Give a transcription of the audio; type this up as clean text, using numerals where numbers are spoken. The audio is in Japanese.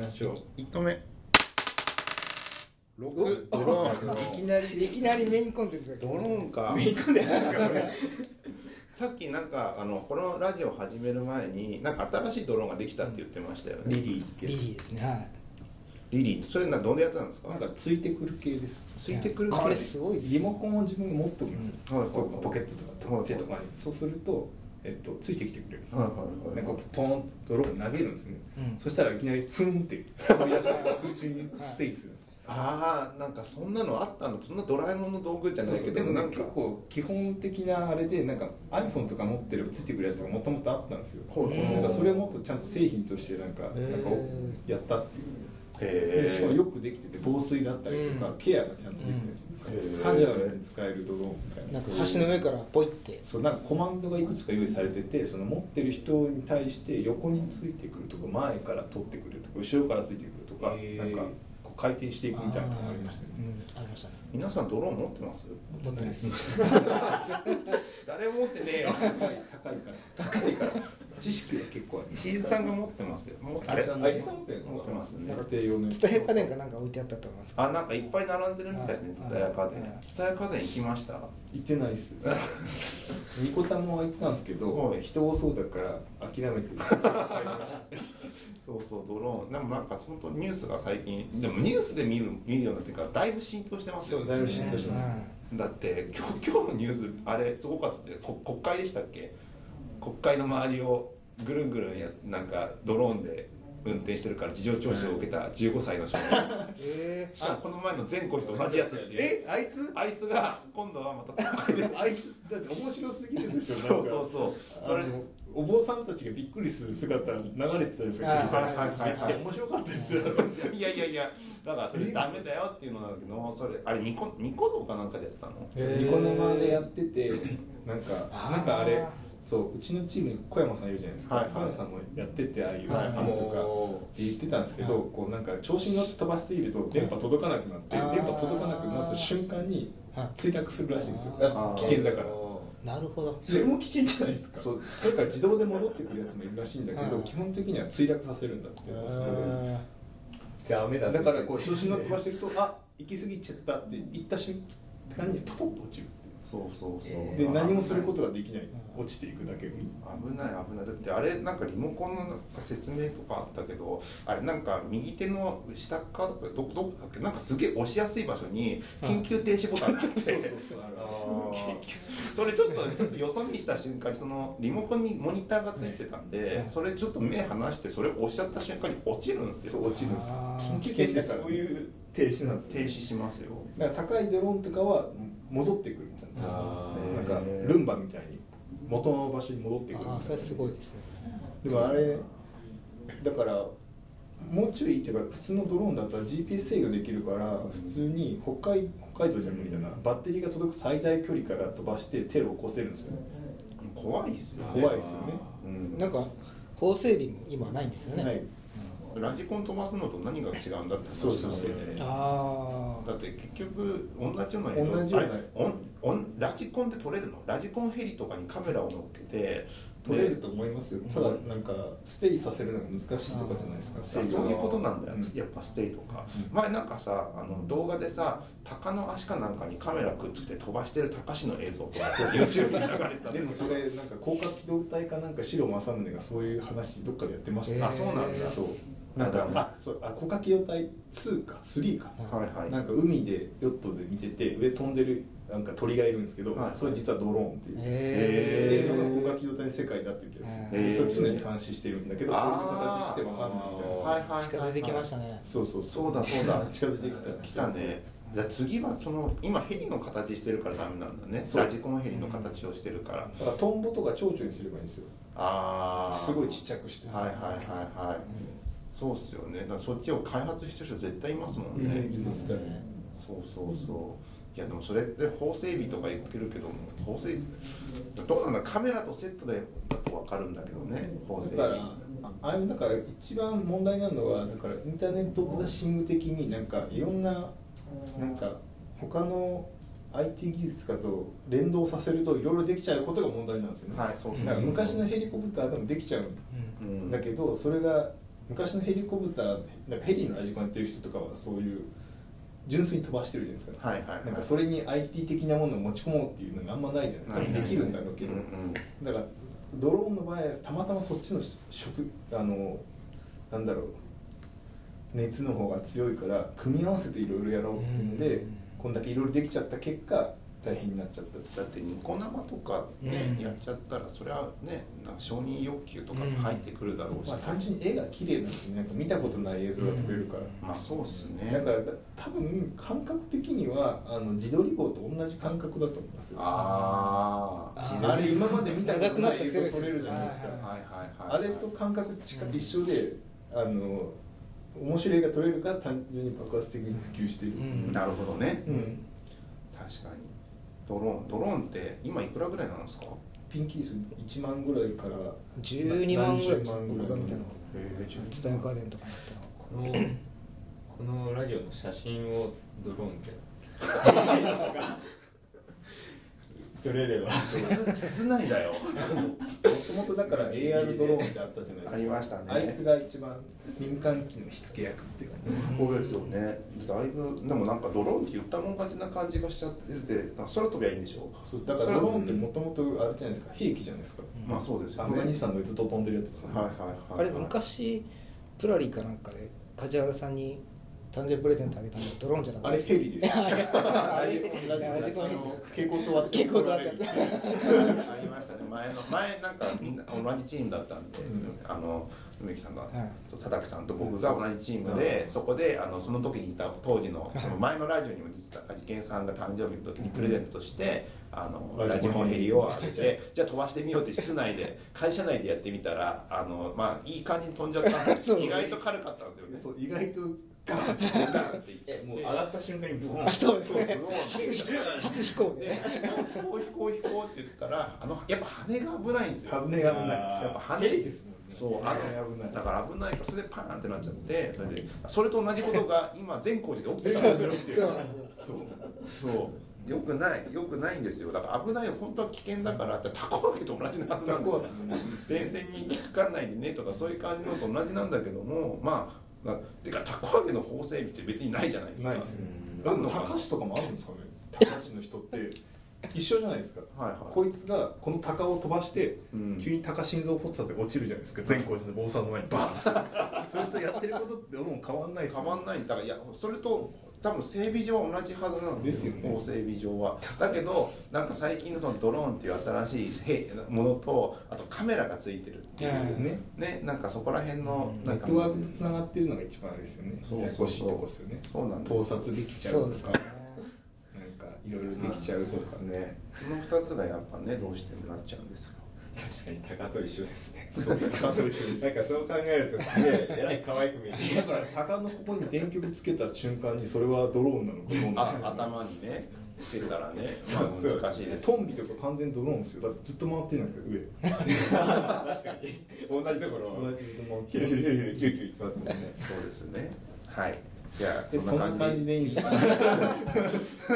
ましょう。 1個目6ドローンいきなりメインコンテンツがドローンかメイクでなんか俺さっきなんかこのラジオ始める前になんか新しいドローンができたって言ってましたよね。 リリーってリリーですね。はい。 リリーってそれどんなやつなんですか？ なんかついてくる系です。 ついてくるこれすごいですリモコンを自分が持っておくんですよ、 はいはいはいポケットとか手とかに、そうすると、ついてきてくれるんですよ、 はいはいはいなんかポーンとドローン投げるんですね、 うんそしたらいきなりフンって飛び出して空中にステイするんですよ。 ああなんかそんなのあったの。そんなドラえもんの道具じゃないけどでもねなんか結構基本的なあれでなんか iPhone とか持ってればついてくるやつがもともとあったんですよ。なんかそれをもっとちゃんと製品としてなんかやったっていう。でしかもよくできてて防水だったりとか、ケアがちゃんとできてる、カジュアルに使えるドローンみたいな。 なんか橋の上からポイって。 そうなんかコマンドがいくつか用意されてて、その持ってる人に対して横についてくるとか前から取ってくるとか後ろからついてくるとか、なんかこう回転していくみたいなのがありましたね。 ありましたね。 皆さんドローン持ってます？ 持ってないです。 誰も持ってねえよ。 高いから知識は結構ある。 石井さんが持ってますよ。 あれさん持ってるんですか？ 持ってますね。 家庭用のやつ。 ツタヤ家電かなんか置いてあったと思います。 あなんかいっぱい並んでるみたいですね。ツタヤ家電。ツタヤ家電行きました？ 行ってないっす。ニコタも行ったんですけど、人多そうだから諦めてそうそうドローン。でもなんか本当ニュースが最近でもニュースで見るようになってからだいぶ浸透してますよね。 だいぶ浸透してます。 だって今日のニュースあれすごかったって、国会でしたっけ？国会の周りをぐるんぐるんなんかドローンで運転してるから事情聴取を受けた15歳の少年。しかもこの前の前コーチと同じやつっていう。 あいつが今度はまた国会であいつだって面白すぎるでしょ。 そうそうそうそれお坊さんたちがびっくりする姿流れてたんですよ。めっちゃ面白かったですよ。 いやだからそれダメだよっていうのなんだけど、それあれニコ動かなんかでやってたの？ ニコ生でやっててなんかあれそううちのチームに小山さんいるじゃないですか。小山さんもやっててああいうハムとか言ってたんですけど、こうなんか調子に乗って飛ばしていると電波届かなくなって電波届かなくなった瞬間に墜落するらしいんですよ。危険だから。 なるほど。 それも危険じゃないですか。そうだから自動で戻ってくるやつもいるらしいんだけど、基本的には墜落させるんだって。 ダメだ。 だからこう調子に乗って飛ばしてると行き過ぎちゃったって言った瞬間にポトッと落ちる。 そうで何もすることができない、落ちていくだけに危ないだってあれなんかリモコンのなんか説明とかあったけど、あれなんか右手の下かどこだっけ、なんかすげえ押しやすい場所に緊急停止ボタンがあってそれちょっとよそ見した瞬間にそのリモコンにモニターがついてたんで、それちょっと目離してそれを押しちゃった瞬間に落ちるんですよ。 そう落ちるんですよ。 緊急停止ってそういう停止なんですね。 停止しますよ。 だから高いドローンとかは戻ってくるみたいな、なんかルンバみたいに元の場所に戻ってくるみたいな。 それすごいですね。 でもあれだからもうちょいっていうか普通のドローンだったら GPS 制御できるから普通に北海道じゃ無理だな、バッテリーが届く最大距離から飛ばしてテロを起こせるんですよね。 怖いっすよね。 怖いっすよね。 なんか法整備も今ないんですよね。 はい。 ラジコン飛ばすのと何が違うんだって話をしてて、だって結局同じような映像、ラジコンで撮れるの？ラジコンヘリとかにカメラを乗っけて撮れると思いますよ。ただなんかステイさせるのが難しいとかじゃないですか。 そういうことなんだよ、やっぱステイとか。前なんかさ動画でさ鷹の足かなんかにカメラくっつけて飛ばしてる鷹氏の映像とか YouTube に流れた。 でもそれなんか広角機動隊かなんか白正宗がそういう話どっかでやってました。 あ、そうなんだ。 そうなんか広角機動隊2か3か、なんか海でヨットで見てて上飛んでるなんか鳥がいるんですけど、それ実はドローンっていうのが広角機動隊の世界だって言ってです。それ常に監視してるんだけどこういう形して分かんないみたいな。 近づいてきましたね。 そうだ近づいてきたね。じゃあ次はその今ヘリの形してるからダメなんだね。ラジコンヘリの形をしてるから。 だからトンボとか蝶々にすればいいんですよ。すごいちっちゃくして。 そうっすよね。だからそっちを開発してる人絶対いますもんね。 いますからね。 そういやでもそれで法整備とか言ってるけども、法整備どうなんだ、カメラとセットでだと分かるんだけどね。法整備だからあれだから一番問題なのはだからインターネットオブザシング的になんかいろんななんか他の IT 技術とかと連動させるといろいろできちゃうことが問題なんですよね。昔のヘリコプターでもできちゃうんだけど、それが昔のヘリコプターなんかヘリのラジコンやってる人とかはそういう純粋に飛ばしてるじゃないですか、 はいはいはい、 なんかそれに IT 的なものを持ち込もうっていうのがあんまないじゃないですか、できるんだろうけど、だからドローンの場合はたまたまそっちのなんだろう熱の方が強いから組み合わせていろいろやろうっていうんで、こんだけいろいろできちゃった結果大変になっちゃった。 だってニコ生とかね、やっちゃったらそれはねなんか承認欲求とかも入ってくるだろうし、 単純に絵が綺麗なんですよね。なんか見たことない映像が撮れるから、 まあそうっすね。 だから多分感覚的には自撮り棒と同じ感覚だと思いますよ。あれ今まで見たことない映像撮れるじゃないですか。あれと感覚一緒で面白い絵が撮れるから単純に爆発的に普及している。 なるほどね、確かに。ドローンって今いくらぐらいなんですか？ ピンキー数1万ぐらいから 12万ぐらいです僕が見たの。 ツタヤ家電とかになったの。 このラジオの写真をドローンで撮れれば室内だよ。 もともとだから AR ドローンってあったじゃないですか。 ありましたね。 あいつが一番民間機の火付け役っていう感じです。 そうですよね。だいぶでもなんかドローンって言ったもん勝ちな感じがしちゃってるで、なんか空飛びゃいいんでしょ。 そうだからドローンってもともとあれじゃないですか、兵器じゃないですか。 まあそうですよね。 アフガニスタンのずっと飛んでるやつですよね。 あれ昔プラリーかなんかで梶原さんに誕生日プレゼントあげたのドローンじゃなくてあれヘリです。 あれ蛍光灯あって蛍光灯あったやつありましたね。前なんかみんな同じチームだったんで、梅木さんが佐竹さんと僕が同じチームで、そこでその時にいた当時のその前のラジオにも実は梶健さんが誕生日の時にプレゼントとしてラジコンヘリをあげて、じゃあ飛ばしてみようって室内で会社内でやってみたらまあいい感じに飛んじゃったんです意外と軽かったんですよね。 そう意外とガンって言ってもう上がった瞬間にブコン。 そうですね。初飛行で飛行って言ったらやっぱ羽が危ないんですよ。 羽が危ない。 やっぱ羽ですもんね。そうだから危ないからそれでパーンってなっちゃって、それと同じことが今善光寺で起きてたんですよ。そうよくないんですよ。だから危ないよ、本当は危険だからってタコ揚げと同じなはずなんですよ。電線に引っかかんないでねとかそういう感じのと同じなんだけども、まあてかタコ揚げの法整備って別にないじゃないですか。 ないですよ。高橋とかもあるんですかね。高橋の人って一緒じゃないですか。こいつがこの鷹を飛ばして急に鷹心臓発作で落ちるじゃないですか。善光寺の坊さんの前にバーン。それとやってることってもう変わんないですよ。 変わんないんだから、いやそれと多分整備上は同じはずなんですよ。法整備上は。だけどなんか最近のそのドローンっていう新しいものと、あとカメラがついてるっていうね、なんかそこら辺のネットワークとつながってるのが一番あれですよね。ややこしいとこですよね。 そうなんです。 盗撮できちゃうとか、なんかいろいろできちゃうとかね。 その2つがやっぱねどうしてもなっちゃうんですよ。 確かに鷹と一緒ですね。 そう鷹と一緒です。 なんかそう考えるとすげええらい可愛く見える。 だから鷹のここに電極つけた瞬間にそれはドローンなのかどうなのか。 頭にねつけたらね、 難しいです。トンビとか完全ドローンですよ。だってずっと回ってるんですか上。 確かに同じところ同じところヒューヒューヒューヒュー言ってますもんね。 そうですね。はい。じゃあそんな感じでいいんですか。